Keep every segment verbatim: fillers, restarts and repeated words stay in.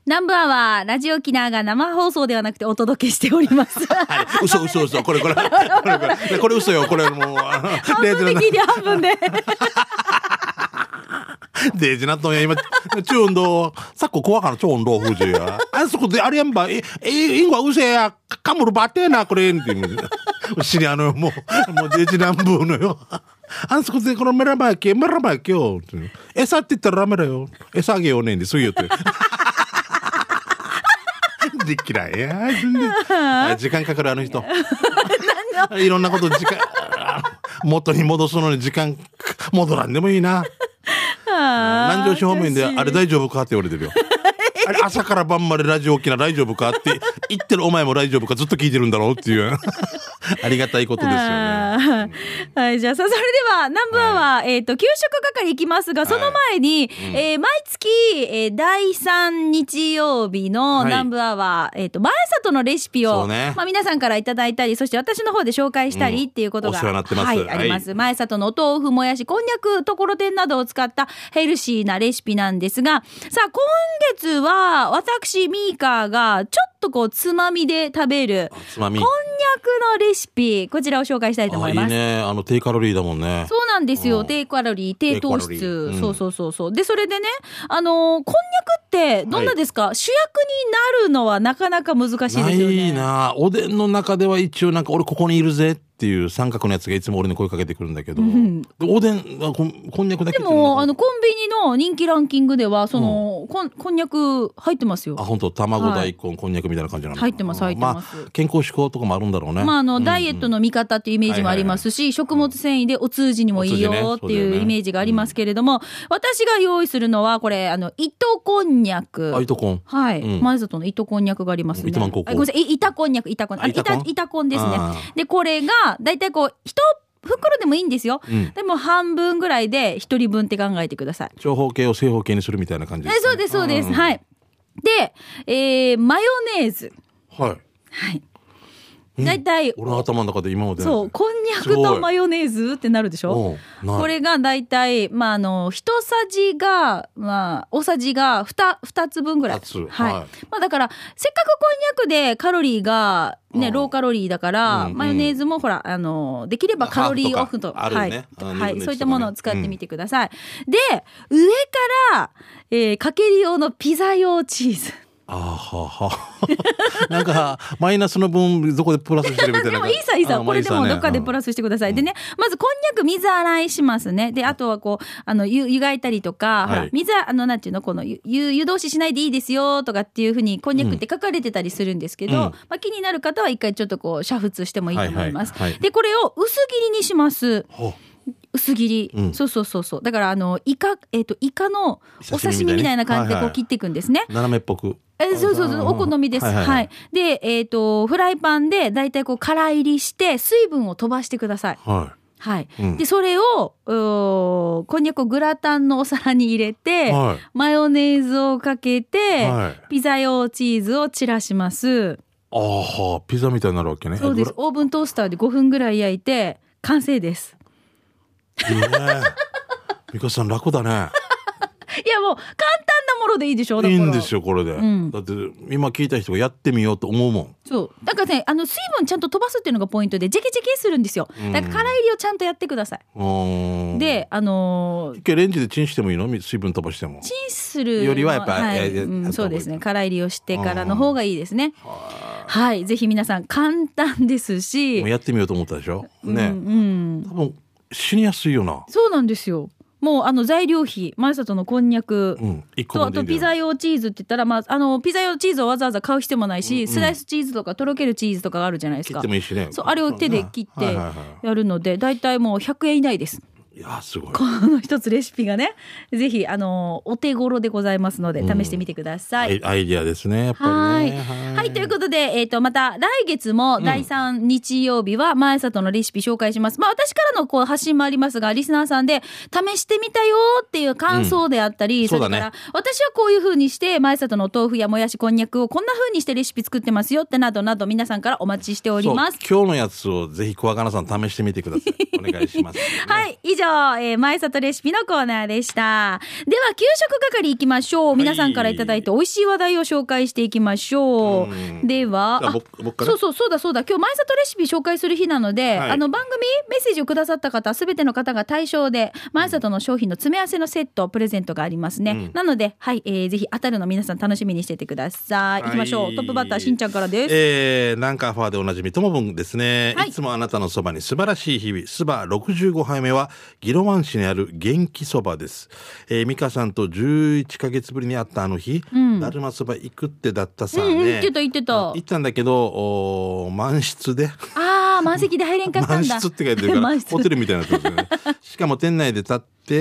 南部アワーラジオ沖縄が生放送ではなくてお届けしております嘘嘘嘘これこれこれこれこれ嘘よこれもう半分で聞いて半分でデージなっとんや今超運動さっこ怖かな超運動風じやあそこであれやんばええインゴうせやかむるばってなこれんって知りあのもうもうデージ南部のよあそこでこのメラバイケメラバイケよ餌って言ったらダメだよ餌あげようねんですよってできないや時間かかるあの人いろんなこと時間元に戻すのに時間戻らんでもいいな南城市方面であれ大丈夫かって言われてるよあれ朝から晩までラジオ沖縄大丈夫かって言ってるお前も大丈夫かずっと聞いてるんだろうっていうありがたいことですよね、 うん、はいじゃあさそれでは南部アワー、はい、えっ、ー、と給食係いきますがその前に、はいうんえー、毎月、えー、だいさん日曜日の南部アワー、はい、えっ、ー、と前里のレシピを、ねまあ、皆さんからいただいたりそして私の方で紹介したりっていうことが、 うん、お世話になってます、 はい、あります、はい、前里のお豆腐もやしこんにゃくところてんなどを使ったヘルシーなレシピなんですがさあ今月は私ミーカーがちょっとこうつまみで食べるつまみこんにゃくのレシピこちらを紹介したいと思います。 あいいねあの低カロリーだもんね。 そうなんですよ低カロリー低糖質、うん、そうそうそうそうでそれでねあのー、こんにゃくってどんなですか、はい、主役になるのはなかなか難しいですよね。 ないなおでんの中では一応なんか俺ここにいるぜっていう三角のやつがいつも俺に声かけてくるんだけど、うん、おでんここんにゃくだけでもあのコンビニの人気ランキングではその、うん、こ, んこんにゃく入ってますよ。 あ本当卵大根、はい、こんにゃくみたいな感じなの入ってます入ってます、 まあ、健康志向とかもあるんだろうね、 まあ、あのダイエットの味方っていうイメージもありますし、はいはいはい、食物繊維でお通じにもいいよっていうイメージがありますけれども、ねねうん、私が用意するのはこれあの糸こんにゃくあ糸こんはい、うん、前里の糸こんにゃくがありますね。 糸満高校ごめんなさい板こんにゃく板こん板板こんですね。でこれがだいたいこう一袋でもいいんですよ、うん、でも半分ぐらいで一人分って考えてください。 長方形を正方形にするみたいな感じですね。そうですそうです、うん、はいで、えー、マヨネーズはいはいだいたい俺の頭の中で今までそうこんにゃくとマヨネーズってなるでしょ。これがだいたいまああの一さじがまあ大さじが 2, 2つ分ぐらい、はいはいまあ、だからせっかくこんにゃくでカロリーがねローカロリーだから、うんうん、マヨネーズもほらあのできればカロリーオフと、 あるね、 はいはい、そういったものを使ってみてください、うん、で上から、えー、かける用のピザ用チーズあははなんかマイナスの分どこでプラスしてるみたいなでもいいさいいさこれでもどっかでプラスしてください、うん、でねまずこんにゃく水洗いしますね。であとはこうあの湯湯がいたりとか、はい、ほら水あのなんていうのこの湯湯通ししないでいいですよとかっていうふうにこんにゃくって書かれてたりするんですけど、うんまあ、気になる方は一回ちょっとこう煮沸してもいいと思います、はいはいはい、でこれを薄切りにします。薄切り、うん、そうそうそうそうだからあのイカ、えーと、イカのお刺身みたいな感じでこう切っていくんですね、はいはい、 斜めっぽくえそうそうそうお好みです、はいはいはい、で、えーと、フライパンでだいたいこう空入りして水分を飛ばしてください。はいはいうん、でそれをこんにゃくをグラタンのお皿に入れて、はい、マヨネーズをかけて、はい、ピザ用チーズを散らします。 あはピザみたいになるわけね。 そうですオーブントースターでごふんぐらい焼いて完成です。 いいね美香さん楽だねいやもう簡単なものでいいでしょ。だからいいんですよこれで、うん、だって今聞いた人がやってみようと思うもん。 そうだからねあの水分ちゃんと飛ばすっていうのがポイントでジェケジェケするんですよ。だから空入りをちゃんとやってください、うん、であのー、 一回レンジでチンしてもいいの水分飛ばしてもチンするよりはやっぱ、 はいうん、そうですね空入りをしてからの方がいいですね。はいぜひ皆さん簡単ですしもうやってみようと思ったでしょね、うんうん、多分死にやすいよな。 そうなんですよ。もうあの材料費前里のこんにゃく、うん、とあとピザ用チーズって言ったら、まあ、あのピザ用チーズをわざわざ買う必要もないし、うんうん、スライスチーズとかとろけるチーズとかがあるじゃないですか。 切ってもいいしね。 そうあれを手で切ってやるのでだいたいもうひゃくえん以内です。 いやすごいこの一つレシピがねぜひあのお手頃でございますので試してみてください、 うん、アイディアですねやっぱりね。 はい、はい、ということで、えーと、また来月もだいさん日曜日は前里のレシピ紹介します、まあ、私からのこう発信もありますがリスナーさんで試してみたよっていう感想であったり、うん、それから、ね、私はこういう風にして前里のお豆腐やもやしこんにゃくをこんな風にしてレシピ作ってますよってなどなど皆さんからお待ちしております。 今日のやつをぜひ小若菜さん試してみてくださいお願いします、ね、 はい以上ょう。えー、前里レシピのコーナーでした。では給食係行きましょう。皆さんからいただいて美味しい話題を紹介していきましょう。うではあそうそうそうだそうだ今日前里レシピ紹介する日なので、はい、あの番組メッセージをくださった方すべての方が対象で前里の商品の詰め合わせのセットプレゼントがありますね、うん、なので、はいえー、ぜひ当たるの皆さん楽しみにしててください。行きましょう、はい、トップバッターしんちゃんからです。 えー、南カファーでおなじみともぶんですね、はい、いつもあなたのそばに素晴らしい日々スバろくじゅうごはいめは宜野湾市にある元気そばです。えー、美香さんとじゅういっかげつぶりに会ったあの日、うん、だるまそば行くってだったさね、うん、 言ってた言ってた行ったんだけど満室でああ満席で入れんかったんだ満室って書いてるからホテルみたいになってますよねしかも店内で立って、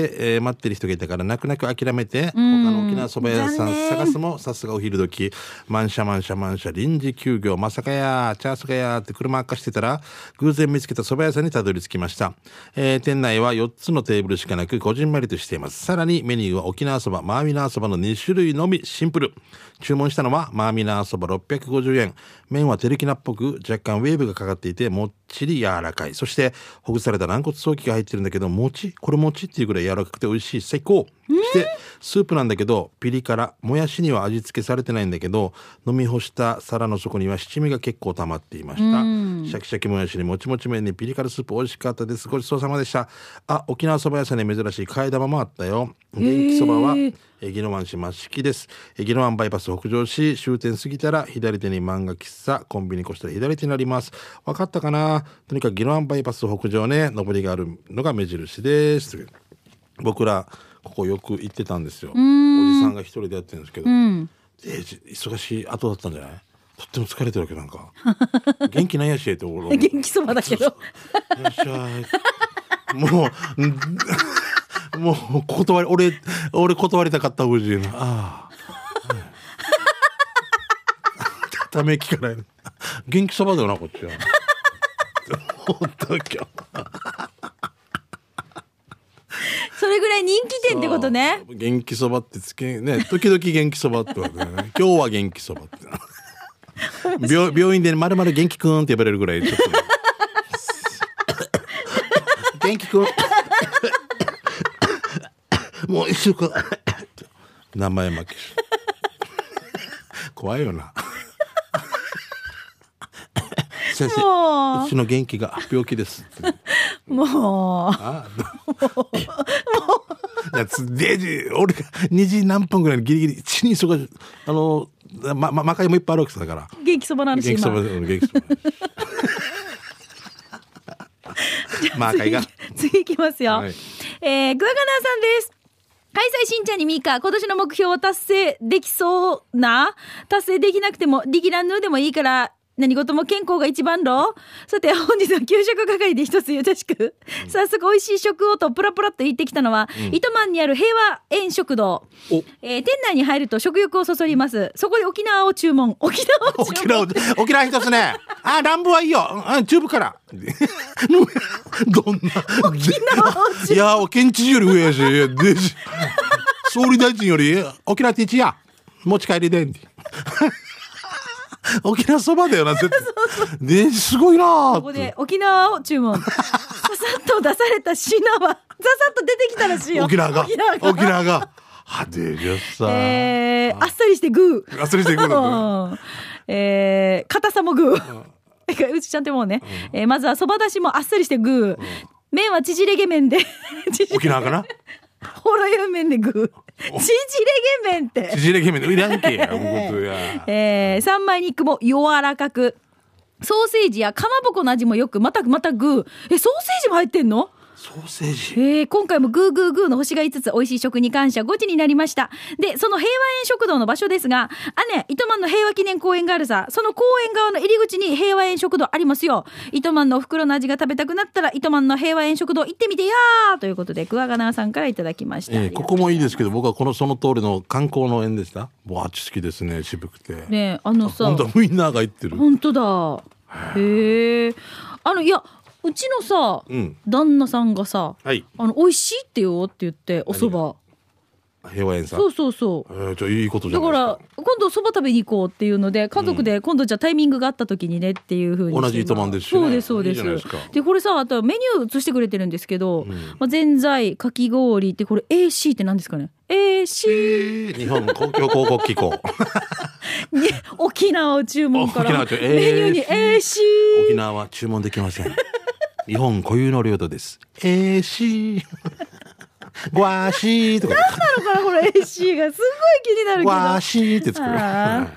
えー、待ってる人がいたから泣く泣く諦めて他の沖縄そば屋さん探すもさすがお昼時満車満車満車臨時休業まさかやチャースがやって車明かしてたら偶然見つけたそば屋さんにたどり着きました。えー、店内はよっつのテーブルしかなくこじんまりとしています。さらにメニューは沖縄そばマーミナーそばのに種類のみシンプル。注文したのはマーミナーそばろっぴゃくごじゅうえん。麺はテレキナっぽく若干ウェーブがかかっていてもっちり柔らかい。そしてほぐされた軟骨早期が入ってるんだけど餅これ餅っていうぐらい柔らかくて美味しい最高。そしてスープなんだけどピリ辛もやしには味付けされてないんだけど飲み干した皿の底には七味が結構溜まっていました。シャキシャキもやしにもちもち麺にピリ辛スープ美味しかったです。ごちそうさまでした。あ沖縄そば屋さんに珍しい替え玉もあったよ。元気そばは宜野湾市益城です。宜野湾バイパス北上し終点過ぎたら左手に漫画喫茶コンビニ越したら左手になります。わかったかな。とにかく宜野湾バイパス北上ね上りがあるのが目印です。僕らここよく行ってたんですよ。おじさんが一人でやってるんですけど、うん、で忙しい後だったんじゃない。とっても疲れてるわけなんか元気ないやしって俺元気そばだけどよっしゃいもうもう断り俺俺断りたかったおじいなああ、はい、ため息から元気そばだよなこっちは本当今日それぐらい人気店ってことね。 元気そばってつけね時々元気そばってわけね今日は元気そばって病, 病院でまるまる元気くんって呼ばれるぐらいちょっと元気くんもう一週間名前負け怖いよな先生うちの元気が病気ですもうあもうデジ俺がにじ何分ぐらいにギリギリ血にそがあのまま魔界もいっぱいあるわけだから元気そばなんです今元気そば魔界が次いきますよ、はい、えー、グワガナーさんです。開催しんちゃんにミカ今年の目標を達成できそうな達成できなくてもできらんのでもいいから何事も健康が一番ろ。さて本日の給食係で一つよろしく、うん、早速美味しい食をとプラプラっと言ってきたのは、うん、糸満にある平和園食堂、えー、店内に入ると食欲をそそります。そこで沖縄を注文沖縄を注文沖縄沖縄一つねあ乱暴はいいよあチューブからどんな沖縄を注文いや県知事より上やしで総理大臣より沖縄ティーチや持ち帰りでん沖縄そばだよな絶対ですごいな。 ここで沖縄を注文ささっと出された品はささっと出てきたらしいよ沖縄が沖縄が沖縄がはでじゃさ、 えー、あっさりしてグーあっさりしてグーだねえー、硬さもグーうちちゃんってもうね、うんえー、まずはそばだしもあっさりしてグー、うん、麺は縮れ毛麺で沖縄かなほろゆ麺でグー縮れ毛麺って縮れ毛麺でいらんけやえー、三枚肉も柔らかくソーセージやかまぼこの味もよくまたまたグーえソーセージも入ってんのソーセージ、 えー、今回もグーグーグーの星がいつつ美味しい食に感謝ごじになりました。でその平和園食堂の場所ですが姉糸満の平和記念公園があるさその公園側の入り口に平和園食堂ありますよ。糸満のお袋の味が食べたくなったら糸満の平和園食堂行ってみてやーということでクワガナーさんからいただきました、 えー、ここもいいですけど僕はこのその通りの観光の園でしたもうあっち好きですね渋くてねあのさ本当はみんなが行ってる本当だへえあのいやうちのさ、うん、旦那さんがさ、はい、あの美味しいってよって言ってお蕎麦平和園さんそうそうそう、 えー、じゃあいいことじゃないですか。 だから今そうそば食べに行こうっていうので家族で今度じゃあタイミングがあった時にねっていう風に同じ糸満ですしね。 そうですそうです。 いいじゃないですか。 でこれさあとメニュー映してくれてるんですけど、 うんまあ、ぜんざいかき氷ってこれ エーシー って何ですかね。 エーシー、 えー、日本公共広告機構に沖縄を注文から沖縄、えー、 メニューに エーシー。 沖縄は注文できません日本固有の領土です。エーシーゴワーシーとか何なのかなこれ エーシー がすごい気になるけど。 ゴワーシーって作る。 はい、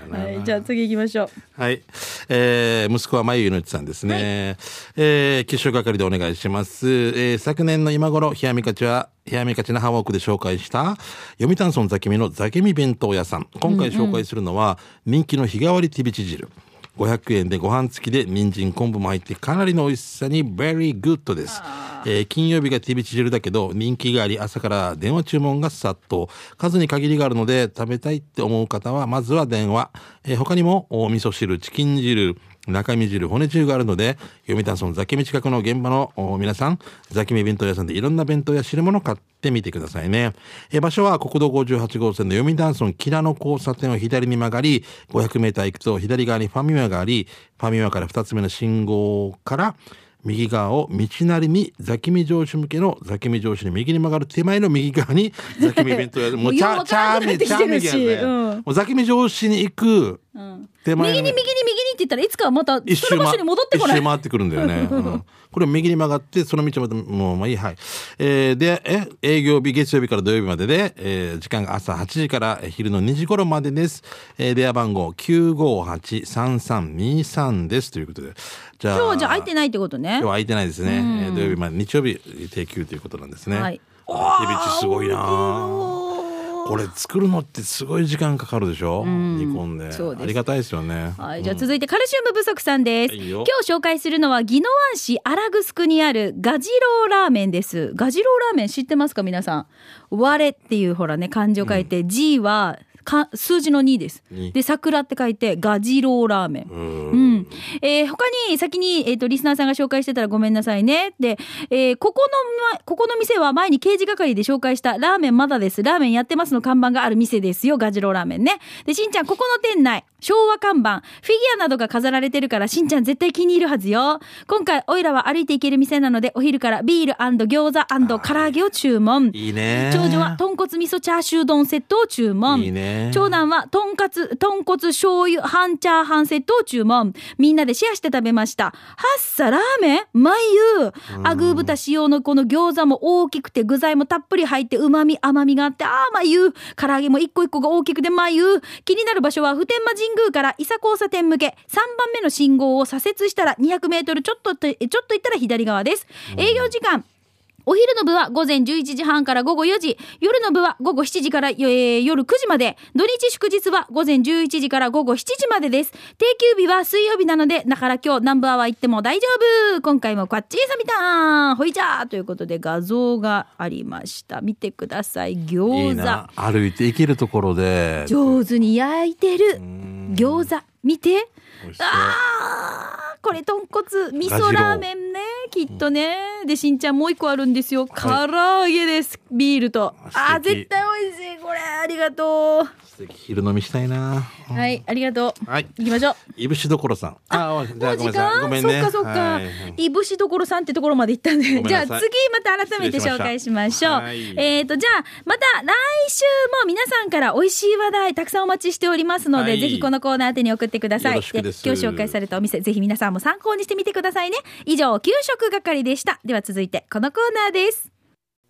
じゃあ次行きましょう。 はい、えー、息子はまゆゆのちさんですね。はい、えー、機種係でお願いします。えー、昨年の今頃冷やみかちは冷やみかちなハワークで紹介した読谷村ザキミのザキミ弁当屋さん。今回紹介するのは人気の日替わりティビチ汁。ごひゃくえんでご飯付きで人参昆布も入ってかなりの美味しさにベリーグッドです。えー、金曜日がティビチ汁だけど人気があり朝から電話注文が殺到。数に限りがあるので食べたいって思う方はまずは電話。えー、他にもお味噌汁、チキン汁、中身汁、骨汁があるので読谷村ザキミ近くの現場の皆さんザキミ弁当屋さんでいろんな弁当や汁物を買ってみてくださいね。えー、場所は国道ごじゅうはち号線の読谷村キラの交差点を左に曲がりごひゃくメーター行くと左側にファミマがありファミマからふたつめの信号から右側を道なりにザキミ上司向けのザキミ上司に右に曲がる手前の右側にザキミ弁当屋もうチャーチャーミチャーミギャンね、もうザキミ上司に行く手前、 右に右に右にって言ったらいつかまたその場所に戻ってこない。 一周回ってくるんだよね、うん、これ右に曲がってその道までもうまあいい、はい、えー、でえ営業日月曜日から土曜日までで、えー、時間が朝はちじから昼のにじ頃までです。えー、電話番号 きゅうごはちさんさんにさん ですということで、じゃあ今日はじゃあ空いてないってことね。 今日は空いてないですね、うん、えー、土曜日まで日曜日定休ということなんですね。はい、手びちすごいな。これ作るのってすごい時間かかるでしょ、うん、煮込ん で, でありがたいですよね。 はい、じゃあ続いてカルシウム不足さんです、はい、今日紹介するのは宜野湾市荒城にあるガジローラーメンです。ガジローラーメン知ってますか皆さん。我っていうほらね漢字を書いて、うん、G はか数字のにです。で桜って書いてガジローラーメン。うん、うんえー、他に先に、えー、とリスナーさんが紹介してたらごめんなさいね。で、えー、ここの、ま、ここの店は前に刑事係で紹介したラーメンまだですラーメンやってますの看板がある店ですよ。ガジローラーメンね。でしんちゃんここの店内昭和看板フィギュアなどが飾られてるからしんちゃん絶対気に入るはずよ。今回おいらは歩いていける店なのでお昼からビール&餃子&唐揚げを注文。 いいね。 長女は豚骨味噌チャーシュー丼セットを注文。 いいね。 長男は豚カツ豚骨醤油半チャーハンセットを注文。みんなでシェアして食べました。はっさラーメンまゆアグー豚使用のこの餃子も大きくて具材もたっぷり入って旨味甘みがあってあーまゆ唐揚げも一個一個が大きくてまゆ。気になる場所は普天間神宮から伊佐交差点向けさんばんめの信号を左折したらにひゃくメートルちょっとちょっと行ったら左側です。営業時間お昼の部は午前じゅういちじはんから午後よじ、夜の部は午後しちじから、えー、夜くじまで、土日祝日は午前じゅういちじから午後しちじまでです。定休日は水曜日なので、だから今日ナンバーは行っても大丈夫。今回もこっちさみたんほいじゃーということで画像がありました。見てください。餃子。いいな。 歩いて行けるところで上手に焼いてる餃子見て。あーこれ豚骨味噌ラーメンねきっとね。でしんちゃんもう一個あるんですよ。唐揚げです。ビールと。あー絶対美味しいこれ。ありがとう。 素敵。昼飲みしたいな。 はいありがとう。はい行きましょう。 いぶしどころさん。 あじゃあごめんなさい。ごめんね。そっかそっか、はいはい、いぶしどころさんってところまで行ったんでじゃあ次また改めて紹介しましょう。えーとじゃあまた来週も皆さんから美味しい話題たくさんお待ちしておりますので、はい、ぜひこのコーナー宛てに送ってください。よろしくです。で今日紹介されたお店ぜひ皆さんも参考にしてみてくださいね。以上給食係でした。では続いてこのコーナーです。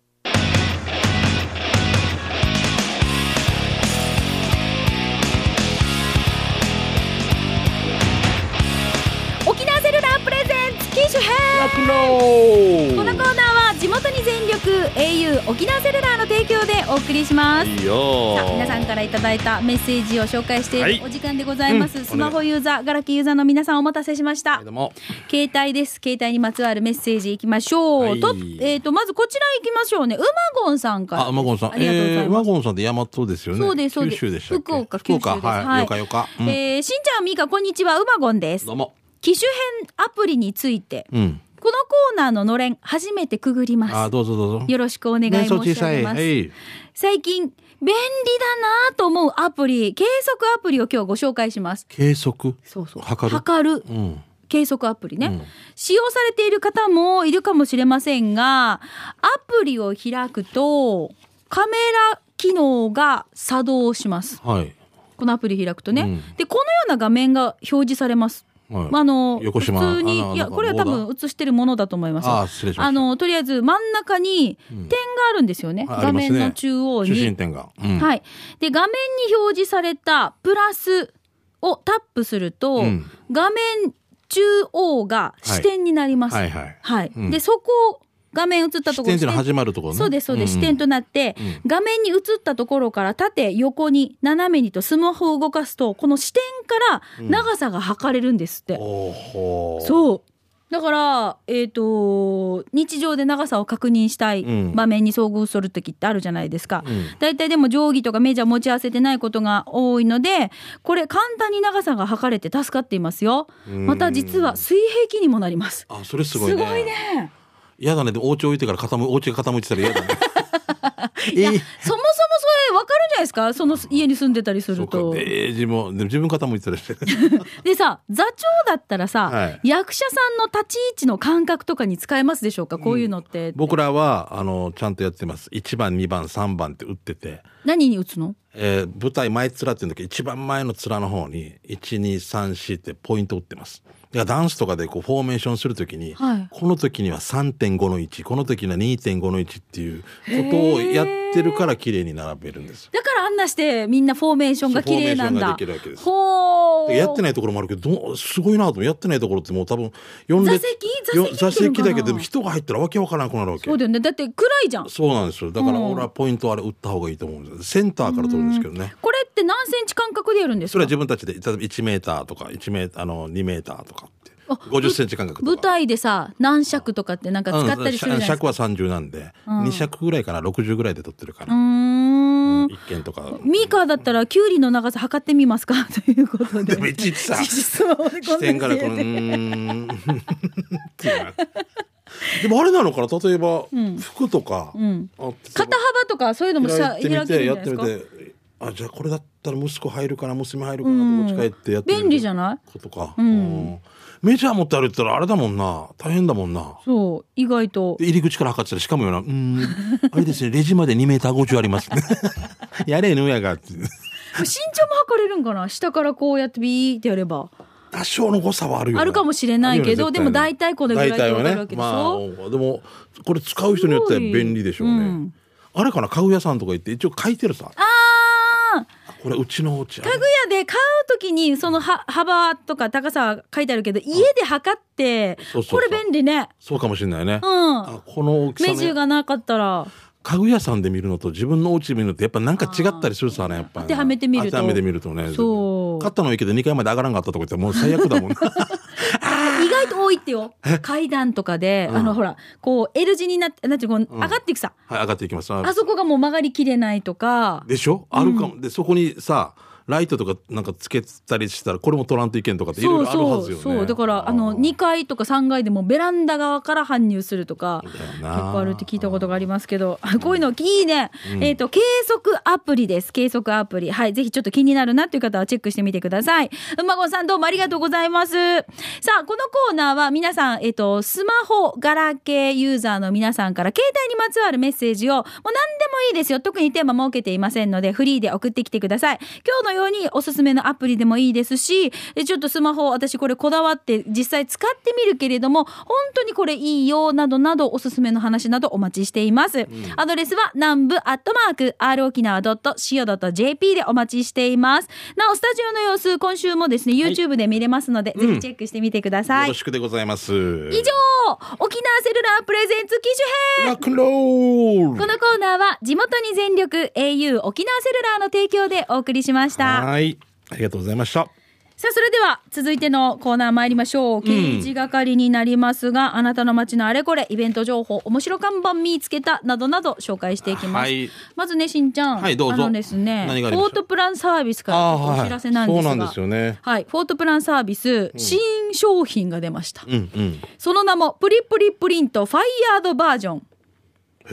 沖縄セルラープレゼンツ機種編。このコーナーは地元に全力 エーユー 沖縄セルラーの提供でお送りします。いいよ。さあ皆さんからいただいたメッセージを紹介しているお時間でございます、はいうん、スマホユーザーガラケーユーザーの皆さんお待たせしました、はい、どうも携帯です。携帯にまつわるメッセージいきましょう、はいとえー、とまずこちらいきましょうね。うまごんさんから。 あうまごんさんありがとうございます。うまごんさんって大和ですよね。そうですそうです。九州でしたっけ。福岡九州です。福岡はい、よかよか、うんえー、しんちゃんみーかこんにちは。うまごんです。どうも。機種編アプリについて、うん、このコーナーののれん初めてくぐります。 あどうぞどうぞ。 よろしくお願い申し上げます。最近便利だなと思うアプリ、計測アプリを今日ご紹介します。 計測、 そうそう、 測る、 測る、うん、計測アプリね、うん、使用されている方もいるかもしれませんが、アプリを開くとカメラ機能が作動します、はい、このアプリ開くとね、うん、でこのような画面が表示されます。はい、あの横島普通にいやこれは多分映してるものだと思います。 ああ失礼しました。 あのとりあえず真ん中に点があるんですよね、うん、画面の中央に、 中心点が、うん、 はい、で画面に表示されたプラスをタップすると、うん、画面中央が視点になります。はいはいはいはい、うん、でそこ画面映ったところ、 視点っていうのは始まるところね。 そうですそうです、うん、視点となって、うん、画面に映ったところから縦横に斜めにとスマホを動かすとこの視点から長さが測れるんですって、うん、そうだから、えーと、日常で長さを確認したい場面に遭遇するときってあるじゃないですか、うん、だいたいでも定規とかメジャー持ち合わせてないことが多いので、これ簡単に長さが測れて助かっていますよ。また実は水平器にもなります。 あ、それすごいね。 すごいね。 嫌だね。でお家置いてから傾お家が傾いてたら嫌だねいや、えー、そもそもそれ分かるんじゃないですか、その家に住んでたりすると。 えー、自分でも自分傾いてたりしてでさ、座長だったらさ、はい、役者さんの立ち位置の感覚とかに使えますでしょうか、こういうのって、うん、 僕らはあのちゃんとやってます。いちばんにばんさんばんって打ってて。 何に打つの？ えー、舞台前面っていうんだけど一番前の面の方にいちにさんしってポイント打ってます。いやダンスとかでこうフォーメーションするときに、はい、この時には さんてんご のいち、この時には にてんご のいちっていうことをやってるから綺麗に並べるんです。 だからあんなしてみんなフォーメーションが綺麗なんだ。 フォーメーションができるわけです。ほー。やってないところもあるけど、どすごいなと思う。やってないところってもう多分よん列、座席座席座席だけでも人が入ったらわけわからなくなるわけ。 そうだよね。だって暗いじゃん。 そうなんですよ。だから俺はポイントあれ打った方がいいと思うんですよ。センターから取るんですけどね。 これって何センチ間隔でやるんですか？ それは自分たちで例えばいちメーターとかいちメーターあのにメーターとか。ごじゅっセンチ間隔とか。 舞台でさ何尺とかってなんか使ったりするじゃないですか。 尺はさんじゅうなんで、うん、に尺ぐらいかな、ろくじゅうぐらいで撮ってるから。うーん、一件とか。 ミカだったらキュウリの長さ測ってみますかということで。 でもいちいちさ視点からこのうーんでもあれなのかな、例えば、うん、服とか、うん、 肩幅とかそういうのもさ開いてみてやってみて、あ、じゃあこれだったら息子入るかな娘入るかなと持ち帰ってやってみる、 便利じゃないことか、うん、メジャー持って歩いてたらあれだもんな、大変だもんな。 そう意外と入り口から測ってたらしかもよな、うーんあれですねレジまでにメーターごじゅうありますやれえぬやがって身長も測れるんかな、下からこうやってビーってやれば多少の誤差はあるよ、ね、 あるかもしれないけど、ね、でも大体これぐらいって分かるわけでしょ、 ね、まあ、でもこれ使う人によっては便利でしょうね、うん、あれかな、家具屋さんとか行って一応書いてるさ、 あこれうちのお家家具屋で買うときにそのは幅とか高さは書いてあるけど、家で測って、うん、そうそうそう、これ便利ね。 そうかもしれないね、 うん、 あこの大きさ、ね、 メジューがなかったら家具屋さんで見るのと自分のお家で見るのってやっぱなんか違ったりするさね、やっぱり、ね、 当てはめてみると当てはめてみるとね、 そう買ったのはいいけどにかいまで上がらんかったとか言ったらもう最悪だもん意外と多いってよ、階段とかで、うん、あのほらこう L 字になってなんていうの、上がっていくさ、 はい、上がっていきます。 あそこがもう曲がりきれないとかでしょ、あるかも、うん、でそこにさライトとかなんかつけたりしたらこれも取らんといけんとかっていろいろあるはずよね。 そうそうそう、だからあのにかいとかさんがいでもベランダ側から搬入するとか結構あるって聞いたことがありますけど、こういうのいいね、うん、えーと計測アプリです。計測アプリ、はい、ぜひちょっと気になるなという方はチェックしてみてください。馬子さんどうもありがとうございます。さあこのコーナーは皆さん、えーとスマホガラケーユーザーの皆さんから携帯にまつわるメッセージをもう何でもいいですよ、特にテーマ設けていませんのでフリーで送ってきてください。今日のようにおすすめのアプリでもいいですし、ちょっとスマホ私これこだわって実際使ってみるけれども本当にこれいいよなどなどおすすめの話などお待ちしています、うん、アドレスは南部アットマーク アール 沖縄 ドット シーオー ドット ジェーピー でお待ちしています。なおスタジオの様子今週もですね YouTube で見れますので、はい、ぜひチェックしてみてください、うん、 よろしくでございます。 以上沖縄セルラープレゼンツ機種編ラックンロール、 このコーナーは地元に全力 エーユー 沖縄セルラーの提供でお送りしました。 はい、ありがとうございました。 さあそれでは続いてのコーナー参りましょう。刑事係になりますが、うん、あなたの街のあれこれイベント情報面白看板見つけたなどなど紹介していきます、はい、まずねしんちゃん、 はい、どうぞ。 あのですねフォートプランサービスからお知らせなんですが、 そうなんですよね、 はい、フォートプランサービス、うん、新商品が出ました、 うんうん、 その名もプリプリプリントファイヤードバージョンえ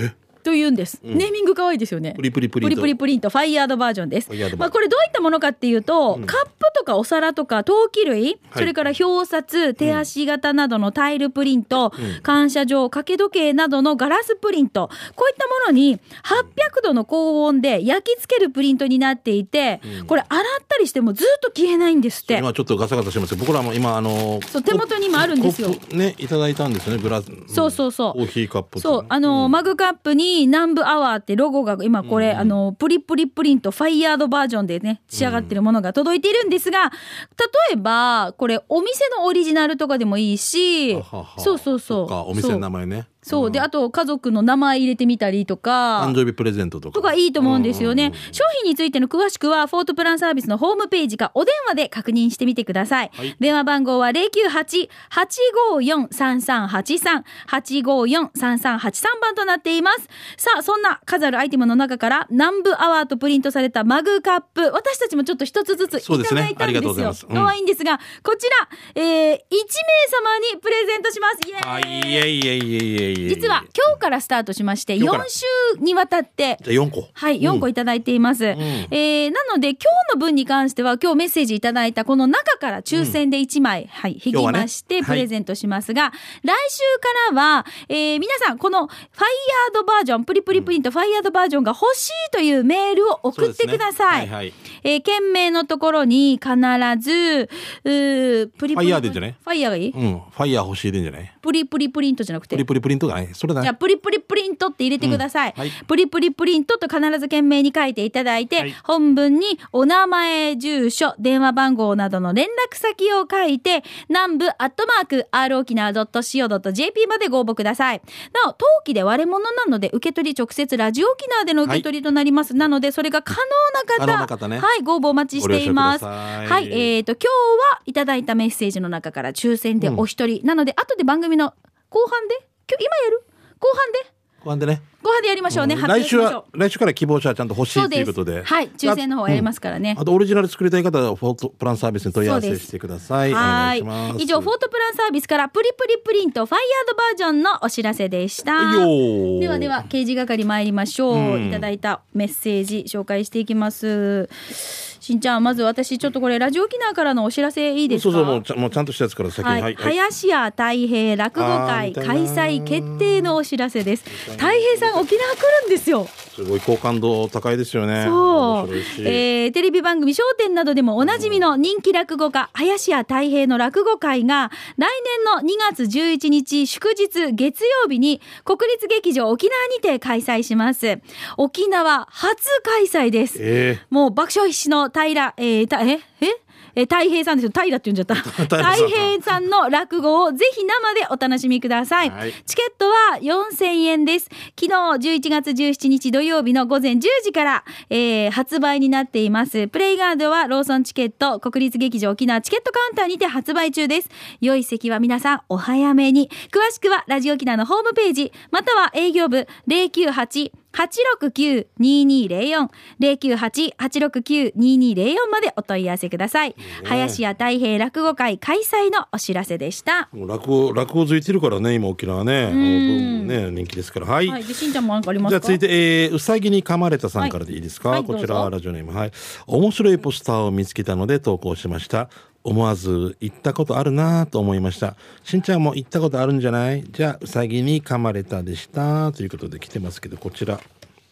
というんです、うん、ネーミング可愛いですよね。 プリプリプリントプリプリプリントファイヤードバージョンです。まあ、これどういったものかっていうと、うん、カップとかお皿とか陶器類、はい、それから表札、手足型などのタイルプリント、うん、感謝状、掛け時計などのガラスプリント、こういったものにはっぴゃくどの高温で焼き付けるプリントになっていて、うん、これ洗ったりしてもずっと消えないんですって。 今ちょっとガサガサします。僕らも今あのそう手元にもあるんですよ。 ね、いただいたんですよね。グラス、 そうそうそう、 コーヒーカップ、 そうあの、うん、マグカップに南部アワーってロゴが今これ、うん、あのプリプリプリントファイヤードバージョンでね仕上がってるものが届いているんですが、例えばこれお店のオリジナルとかでもいいし、はははそうそうそう、 お店の名前ね、 そう、うん、であと家族の名前入れてみたりとか、 誕生日プレゼントとかとかいいと思うんですよね。商品についての詳しくはフォートプランサービスのホームページかお電話で確認してみてください、はい、電話番号は ゼロきゅうはち はちごよん さんさんはちさん はちごよん さんさんはちさん番となっています。さあそんな数あるアイテムの中から南部アワーとプリントされたマグカップ、私たちもちょっと一つずついただいたんですよ。可愛いんですが、こちら、えー、いちめい様にプレゼントします。イエーイ。 いえいえいえいえいえ。 実は今日からスタートしましてよん週にわたってじゃよんこ、 はい、よんこいただいています、うん、えー、なので今日の分に関しては今日メッセージいただいたこの中から抽選でいちまい、うん、はい、引きましてプレゼントしますが、ね、はい、来週からは、えー、皆さんこのファイヤードバージョンプリプリプリントファイヤードバージョンが欲しいというメールを送ってください、ね、はいはい、えー、件名のところに必ずうープリプリファイヤーでいいんじゃない？ ファイヤーがいい？ うん、ファイヤー欲しいでいいんじゃない？ プリプリプリントじゃなくてプリプリプリントがない、それだね。 じゃあプリプリプリントって入れてください、うん、はい、プリプリプリントと必ず件名に書いていただいて、はい、本文にお名前、住所、電話番号などの連絡先を書いて南部アットマーク アール 沖縄 ドット シーオー ドット ジェーピー までご応募ください。なお当期で割れ物なので受け取り直接ラジオ沖縄での受け取りとなります、はい、なのでそれが可能な方、可能な方ね、はい、ご応募お待ちしています。はい、えーと今日はいただいたメッセージの中から抽選でお一人、うん、なので後で番組の後半で今日今やる後半で後半でね後半でやりましょうね、うん、 来週は来週から希望者はちゃんと欲しいということで、 はい、抽選の方やりますからね。 あ,、うん、あとオリジナル作りたい方はフォートプランサービスに問い合わせしてください。お願いします。 以上フォートプランサービスからプリプリプリントファイヤードバージョンのお知らせでした。ではでは刑事係参りましょう、うん、いただいたメッセージ紹介していきます。しんちゃん、まず私ちょっとこれラジオ沖縄からのお知らせいいですか？ そうそう、もう ち, もうちゃんとしたやつから先に、はいはい、 林家たい平落語会開催決定のお知らせです。たい平さん沖縄来るんですよ。 すごい好感度高いですよね。 そう、えー、テレビ番組笑点などでもおなじみの人気落語家林家たい平の落語会が来年のにがつじゅういちにち祝日月曜日に国立劇場沖縄にて開催します。沖縄初開催です、えー、もう爆笑必至の平、えー、たえええたい平さんですよ。平って言うんじゃったたい平さんの落語をぜひ生でお楽しみください、はい、チケットはよんせんえんです。昨日じゅういちがつじゅうしちにち土曜日のごぜんじゅうじから、えー、発売になっています。プレイガードはローソンチケット国立劇場沖縄チケットカウンターにて発売中です。良い席は皆さんお早めに。詳しくはラジオ沖縄のホームページまたは営業部 ゼロきゅうはち はちろくきゅう ににゼロよん ゼロきゅうはち はちろくきゅう ににゼロよん までお問い合わせください、ね、林家たい平落語会開催のお知らせでした。 もう落語落語づいてるからね今沖縄ね、うんね人気ですから。はい、はい、 でしんちゃんも何かありますか？ じゃあ続いて、えー、うさぎに噛まれたさんからでいいですか？はいはい、こちらラジオネーム、はい、面白いポスターを見つけたので投稿しました。思わず行ったことあるなと思いました。しんちゃんも行ったことあるんじゃない？じゃあうさぎに噛まれたでしたということで来てますけど、こちら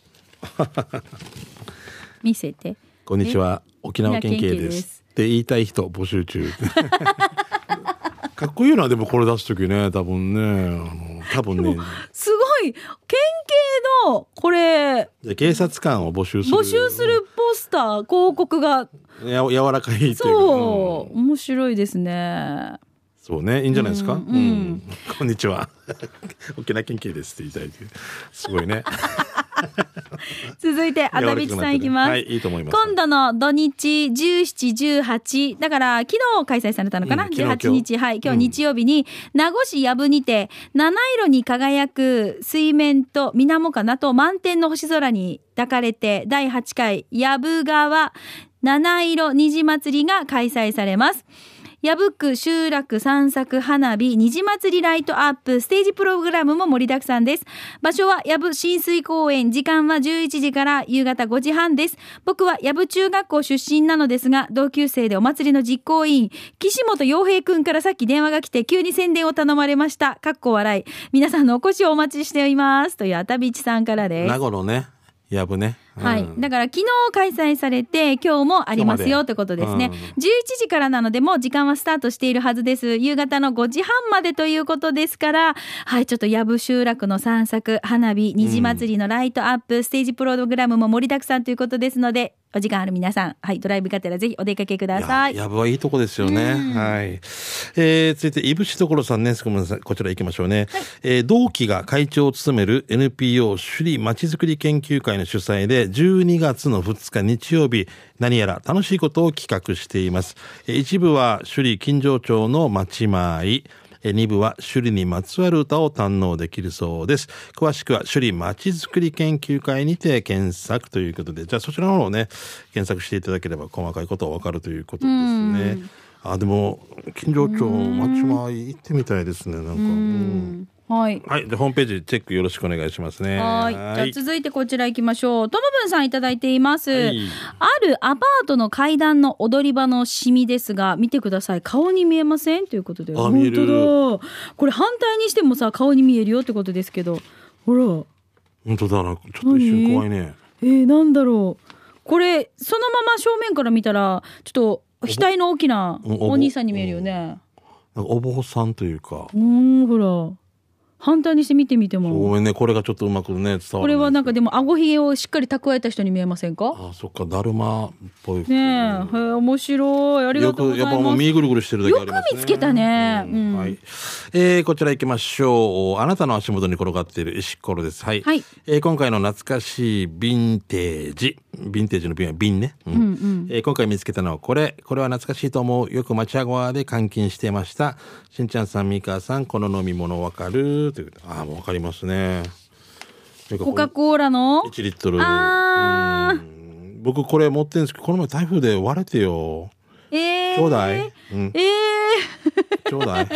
見せて。 こんにちは、沖縄県警ですって言いたい人募集中かっこいいな。でもこれ出すときね、多分ね、あの多分ねすごい県警のこれ警察官を募集する募集するポスター広告がや柔らかいというか、 そう、うん、面白いですね。 そうね、いいんじゃないですか、うんうんうん、こんにちは沖縄県警ですって言いたい。すごいね続いてあたびちさんいきます、 はい、いいと思います。 今度の土日じゅうしち、じゅうはちだから昨日開催されたのかな、うん、じゅうはちにち、はい、今日日曜日に、うん、名護市藪にて七色に輝く水面と水面かなと満天の星空に抱かれてだいはちかい藪川七色虹祭りが開催されます。 藪区集落散策花火虹祭りライトアップステージプログラムも盛りだくさんです。場所は藪親水公園、時間はじゅういちじから夕方ごじはんです。僕は藪中学校出身なのですが、同級生でお祭りの実行委員岸本洋平くんからさっき電話が来て急に宣伝を頼まれました。かっこ笑い。皆さんのお越しをお待ちしていますというあたびちさんからです。 名頃ね、藪ね、うん、 はい。だから昨日開催されて今日もありますよということですね、うん、じゅういちじからなのでもう時間はスタートしているはずです。夕方のごじはんまでということですから、はい、ちょっと藪集落の散策花火虹祭りのライトアップ、うん、ステージプログラムも盛りだくさんということですので、お時間ある皆さん、はい、ドライブがてらぜひお出かけください。 藪はいいとこですよね、はい。えー、続いていぶしところさんね、ごめんなさい、こちら行きましょうね、はい。えー、同期が会長を務める エヌピーオー 首里まちづくり研究会の主催でじゅうにがつのふつか日曜日、何やら楽しいことを企画しています。えー、一部は首里金城町の町舞、に部は首里にまつわる歌を堪能できるそうです。詳しくは首里まちづくり研究会にて検索ということで、じゃあそちらの方をね検索していただければ細かいことは分かるということですね。あ、でも金城町町舞行ってみたいですね。なんか、うん、はい、はい、でホームページチェックよろしくお願いしますね。 はい、じゃあ続いてこちら行きましょう。ともぶんさんいただいています、はい、あるアパートの階段の踊り場のシミですが見てください、顔に見えませんということで。 あ、見える。 本当だ、これ反対にしてもさ顔に見えるよってことですけど、ほら本当だな、ちょっと一瞬怖いね。 えー、なんだろうこれ、そのまま正面から見たらちょっと額の大きなお兄さんに見えるよね。 なんかお坊さんというか、 うん、ほら反対にして見てみても。 ごめんね、これがちょっとうまくね伝わる。 これはなんかでも顎ひげをしっかり蓄えた人に見えませんか。 あ、そっか、だるまっぽいねえ、面白い、ありがとうございます。 よくやっぱもう身ぐるぐるしてるだけありますね。 よく見つけたね、うんうん、はい。 えー、こちら行きましょう。あなたの足元に転がっている石ころです。はい、はい。えー、今回の懐かしいヴィンテージ、ヴィンテージの瓶は瓶ね、うんうんうん。えー、今回見つけたのはこれ。これは懐かしいと思う。よく町屋川で監禁してました。しんちゃんさん、みかさん、この飲み物わかるという。ああ、もうわかりますね。 コカ・コーラのいちリットル。 あー、 僕これ持ってるんですけど、この前台風で割れてよ。 えー、 ちょうだい、うん、 えー、 ちょうだい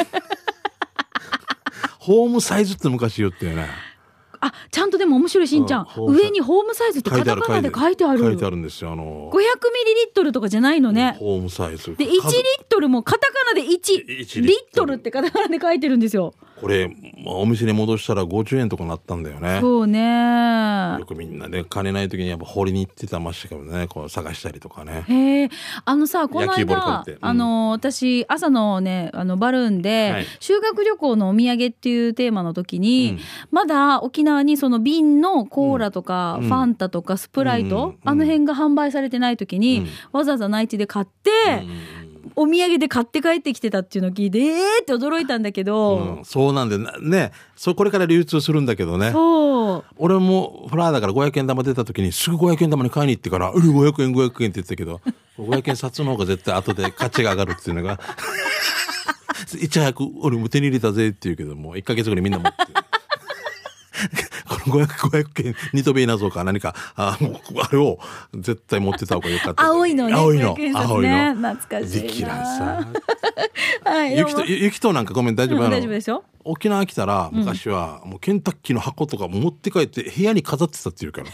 ホームサイズって昔言ってよね。 あ、ちゃんとでも面白い、しんちゃん、上にホームサイズってカタカナで書いてある。 書いてあるんですよ。あのごひゃくミリリットルとかじゃないのね。 ホームサイズでいちリットルもカタカナで いち, リットルってカタカナで書いてるんですよ。 これ、まあ、お店に戻したらごじゅうえんとかなったんだよね。 そうね。 よくみんなね、金ない時にやっぱ掘りに行ってたましたけどね、こう探したりとかね。 へえ、あのさ、この間、うん、あの私朝のね、あのバルーンで、はい、修学旅行のお土産っていうテーマの時に、うん、まだ沖縄にその瓶のコーラとか、うん、ファンタとかスプライト、うん、あの辺が販売されてない時に、うん、わざわざ内地で買って、うんお土産で買って帰ってきてたっていうのを聞いて、えーって驚いたんだけど、 うん、そうなんでね、そうこれから流通するんだけどね。 そう俺もフラーだからごひゃくえん玉出た時にすぐごひゃくえん玉に買いに行ってから、うごひゃくえんごひゃくえんって言ってたけどごひゃくえん札の方が絶対後で価値が上がるっていうのがいち早く俺も手に入れたぜって言うけどもいっかげつ後にみんな持ってこのごひゃくえんニトベイナゾか何か あ, あれを絶対持ってた方がよかった。 青いのね、 青いの、 ね、青いの懐かしいな。 できらんさはい、 ゆきとゆきとなんかごめん大丈夫なの、 うん、大丈夫ですよ。 沖縄来たら昔はもうケンタッキーの箱とか持って帰って部屋に飾ってたっていうから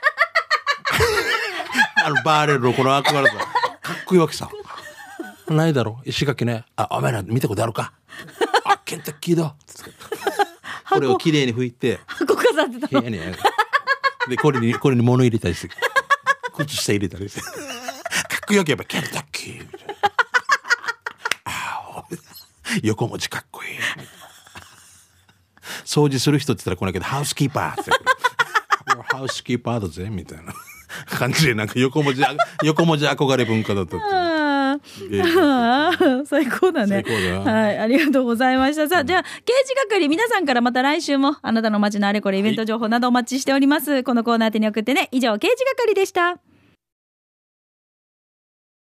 あのバーレルのこの憧れさかっこいいわけさ。ないだろ石垣ね。あ、お前ら見たことあるかあ、ケンタッキーだこれをきれいに拭いて箱飾ってた部屋にでこれにこれに物入れたりして靴下入れたりしてかっこよくやっぱケンタッキーみたいなあ横文字かっこいい掃除する人って言ったらこれだけどハウスキーパーってハウスキーパーだぜみたいな感じでなんか横文字横文字憧れ文化だったって最高だね。はい、ありがとうございました。さあ、じゃあ刑事係皆さんからまた来週もあなたの街のあれこれイベント情報などお待ちしております。このコーナー宛てに送ってね。以上刑事係でした。